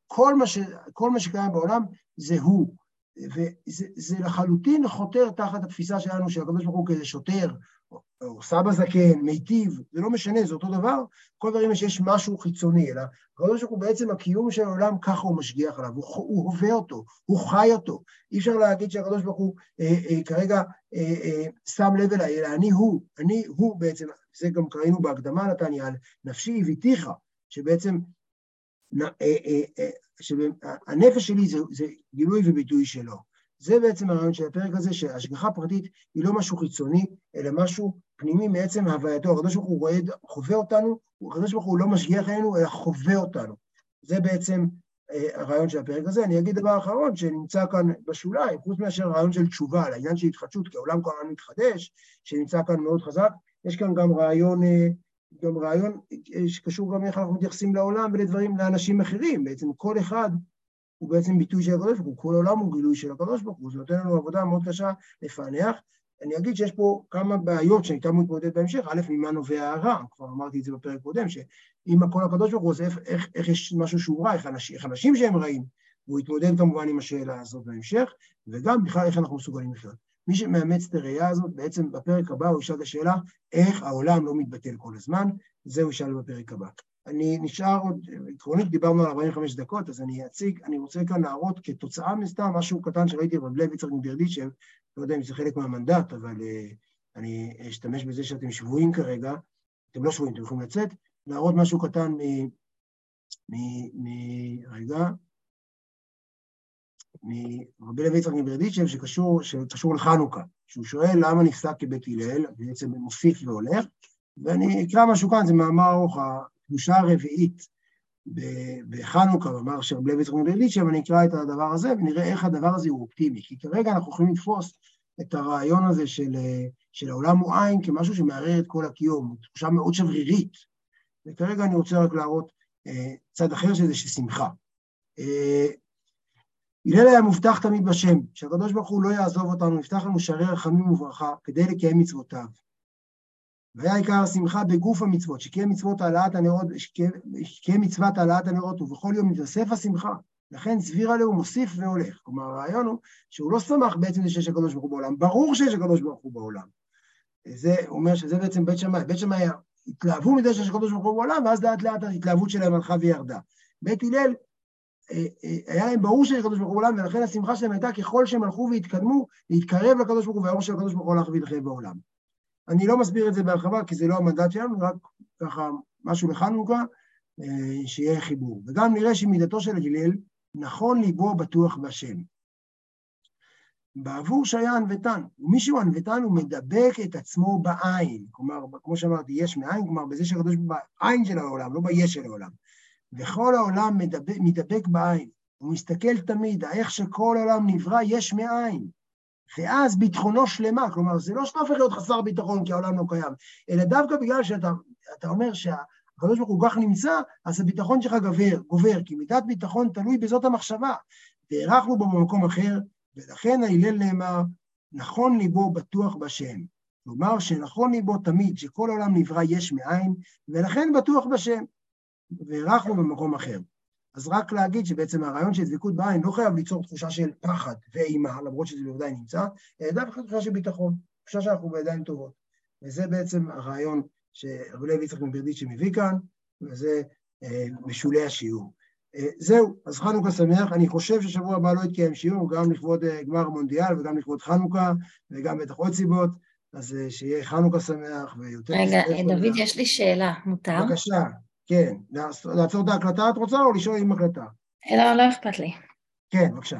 כל מה שקיים בעולם זה הוא. וזה לחלוטין חותר תחת התפיסה שלנו שהקדוש ברוך הוא כזה שוטר, או סבא זקן, מיטיב, זה לא משנה, זה אותו דבר, כל דברים שיש משהו חיצוני, אלא הקדוש ברוך הוא בעצם הקיום של העולם, ככה הוא משגיח עליו, הוא הווה אותו, הוא חי אותו. אי אפשר להגיד שהקדוש ברוך הוא כרגע שם לב אליי, אלא אני הוא בעצם, זה גם קראינו בהקדמה נתניה, על נפשי הביתיך, שבעצם הנפש שלי זה גילוי וביטוי שלו. זה בעצם הרעיון של הפרק הזה, שהשגחה פרטית היא לא משהו חיצוני, אלא משהו פנימי מעצם הווייתו. הקדוש ברוך הוא חווה אותנו, הקדוש ברוך הוא לא משגיח עלינו, אלא חווה אותנו. זה בעצם הרעיון של הפרק הזה. אני אגיד דבר אחרון שנמצא כאן בשוליים, חוץ מאשר הרעיון של תשובה, על העניין של התחדשות, כי העולם כל הזמן מתחדש, שנמצא כאן מאוד חזק. יש כאן גם רעיון שקשור גם איך אנחנו מתייחסים לעולם ולדברים, לאנשים אחרים. בעצם כל אחד הוא בעצם ביטוי של הקדוש ברוך הוא, כל העולם הוא גילוי של הקדוש ברוך הוא, זה נותן לנו עבודה מאוד קשה לפענח. אני אגיד שיש פה כמה בעיות שאיתן מתמודד בהמשך, א', ממה נובע הרע, כבר אמרתי את זה בפרק קודם, שאם הכל הקדוש ברוך הוא, אז איך יש משהו שהוא רע, איך אנשים שהם רעים, והוא יתמודד כמובן עם השאלה הזאת בהמשך, וגם בכלל איך אנחנו מסוגלים לחיות. מי שמאמץ את הראייה הזאת, בעצם בפרק הבא הוא ישאל את השאלה, איך העולם לא מתבטל כל הזמן, זה הוא ישאל בפרק הבא. אני נשאר עוד, עקרונית דיברנו על 45 דקות, אז אני רוצה כאן להראות כתוצאה מסתם משהו קטן שראיתי רב לוי יצחק מברדיצ'ב, לא יודע אם זה חלק מהמנדט, אבל אני אשתמש בזה שאתם שבויים כרגע, אתם לא שבויים, אתם יכולים לצאת, להראות משהו קטן מרבי לוי יצחק מברדיצ'ב שקשור לחנוכה, שהוא שואל למה נפסק כבית הלל, בעצם מוסיף והולך, ואני אקרא משהו כאן, זה מאמר ארוך, הקדושה הרביעית בחנוכה, מאמר של רבי לוי יצחק מברדיצ'ב, ואני אקרא את הדבר הזה, ונראה איך הדבר הזה הוא אופטימי, כי כרגע אנחנו יכולים לתפוס את הרעיון הזה של העולם הוא עין, כמשהו שמערער את כל הקיום, תחושה מאוד שברירית, וכרגע אני רוצה רק להראות צד אחר של זה, ששמחה. הלל היה מובטח תמיד בשם, שהקדוש ברוך הוא לא יעזוב אותנו, יפתח לנו שערי רחמים וברכה, כדי לקיים מצוותיו. והיה עיקר השמחה בגוף המצוות, שקיים מצוות העלאת הנרות, שקיים מצוות העלאת הנרות, ובכל יום מתווסף השמחה. לכן סביר עליו הוא מוסיף והולך. כלומר, הרעיון הוא שהוא לא שמח בעצם שיש הקדוש ברוך הוא בעולם, ברור שיש הקדוש ברוך הוא בעולם. זה אומר שזה בעצם בית שמאי. בית שמאי התלהבו מזה שהקדוש ברוך הוא בעולם, ואז לאט לאט ההתלהבות שלהם הלכה וירדה. בית הלל, היה להם ברור שהקדוש ברוך הוא בעולם, ולכן השמחה שלהם הייתה ככל שהם הלכו והתקדמו, להתקרב לקדוש ברוך הוא, והאור של הקדוש ברוך הוא הלך והתרחב בעולם. אני לא מסביר את זה בהרחבה, כי זה לא המנדט שלנו, רק ככה משהו לחנוכה, שיהיה חיבור. וגם נראה שמידתו של הלל, נכון ליבו בטוח בהשם. בעבור שהיה ענוותן, ומישהו ענוותן הוא מדבק את עצמו בעין, כלומר, כמו שאמרתי, יש מאין, כלומר, בזה שהקדוש ברוך הוא בעין של העולם, לא ביש של העולם. וכל העולם מדבק בעין, הוא מסתכל תמיד, איך שכל העולם נברא יש מאין. ואז ביטחונו שלמה, כלומר, זה לא שאתה הופך להיות חסר ביטחון כי העולם לא קיים, אלא דווקא בגלל שאתה אומר שהקדוש ברוך הוא כך נמצא, אז הביטחון שלך גובר, כי מידת ביטחון תלוי בזאת המחשבה. והערכנו בו במקום אחר, ולכן ההלל נאמר, נכון ליבו בטוח בשם. כלומר, שנכון ליבו תמיד, שכל העולם נברא יש מאין, ולכן בטוח בשם. והערכנו במקום אחר. אז רק להגיד שבעצם הרעיון של דבקות בעין לא חייב ליצור תחושה של פחד ואימה, למרות שזה בוודאי נמצא, אלא דווקא תחושה של ביטחון, תחושה שאנחנו בידיים טובות. וזה בעצם הרעיון שרב לוי יצחק מברדיצ'ב מביא כאן, וזה בשולי השיעור. זהו, אז חנוכה שמח. אני חושב ששבוע הבא לא יתקיים שיעור, גם לכבוד גמר המונדיאל וגם לכבוד חנוכה, וגם בטח עוד סיבות, אז שיהיה חנוכה שמח ויותר... רגע, דוד, יש לי שאלה, מותר? בבקשה. כן, לעצור את ההקלטה את רוצה או לשאול עם הקלטה? לא אכפת לי. כן, בבקשה.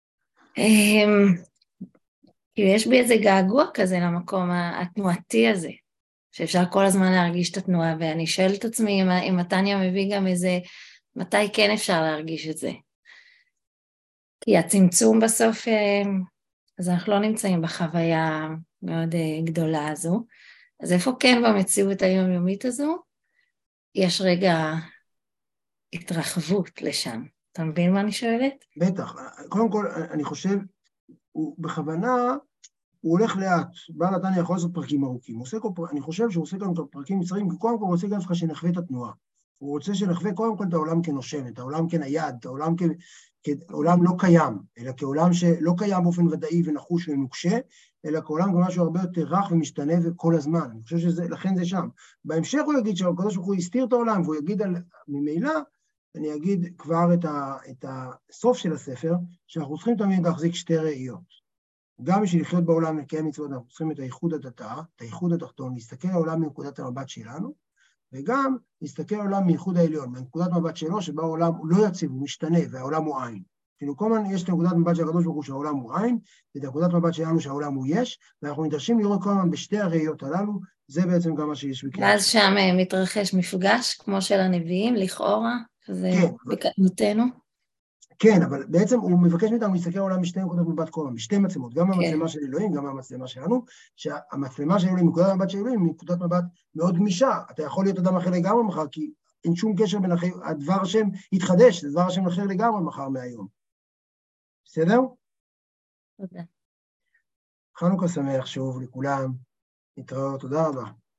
יש בי איזה געגוע כזה למקום התנועתי הזה, שאפשר כל הזמן להרגיש את התנועה, ואני שואלת את עצמי אם מתניה מביא גם איזה, מתי כן אפשר להרגיש את זה? כי הצמצום בסוף, אז אנחנו לא נמצאים בחוויה מאוד גדולה הזו, אז איפה כן במציאות היומיומית הזו? יש רגע התרחבות לשם. אתה מבין מה אני שואלת? בטח. קודם כל, אני חושב, בכוונה, הוא הולך לאט. בעל התניא יכול לעשות פרקים ארוכים. אני חושב שהוא עושה כאן פרקים מצרים, כי קודם כל הוא רוצה גם שנחווה את התנועה. הוא רוצה שנחווה קודם כל את העולם כנושם, את העולם כנייד, את העולם כעולם לא קיים, אלא כעולם שלא קיים באופן ודאי ונחוש ונוקשה, אלא כעולם כמשהו הרבה יותר רך ומשתנה כל הזמן. אני חושב שלכן זה שם. בהמשך הוא יגיד שהקדוש ברוך הוא הסתיר את העולם, והוא יגיד ממילא, אני אגיד כבר את הסוף של הספר, שאנחנו צריכים תמיד להחזיק שתי ראיות. גם בשביל לחיות בעולם ולקיים מצוות, אנחנו צריכים את הייחוד הדתה, את הייחוד התחתון, להסתכל על העולם מנקודת המבט שלנו, וגם להסתכל על העולם מייחוד העליון, מנקודת מבט שלו, שבה העולם הוא לא יציב, הוא משתנה, והעולם הוא עין. כאילו, כל הזמן יש את נקודת מבט של הקדוש ברוך הוא שהעולם הוא עין, ואת נקודת מבט שלנו שהעולם הוא יש, ואנחנו נדרשים לראות כל הזמן בשתי הראיות הללו, זה בעצם גם מה שיש בקריאת. ואז שם מתרחש מפגש, כמו של הנביאים, לכאורה, שזה בקטנותנו. כן, אבל בעצם הוא מבקש מאיתנו להסתכל על העולם בשתי נקודות מבט כל הזמן, בשתי מצלמות, גם המצלמה של אלוהים, גם המצלמה שלנו, שהמצלמה של אלוהים, נקודת המבט של אלוהים, היא נקודת מבט מאוד גמישה. אתה יכול להיות אדם אחר לגמרי מחר, כי אין שום קשר בין הדבר השם יתחדש, זה דבר השם אחר לגמרי מחר מהיום. בסדר? תודה. חנוכה שמח שוב לכולם, נתראות, תודה רבה.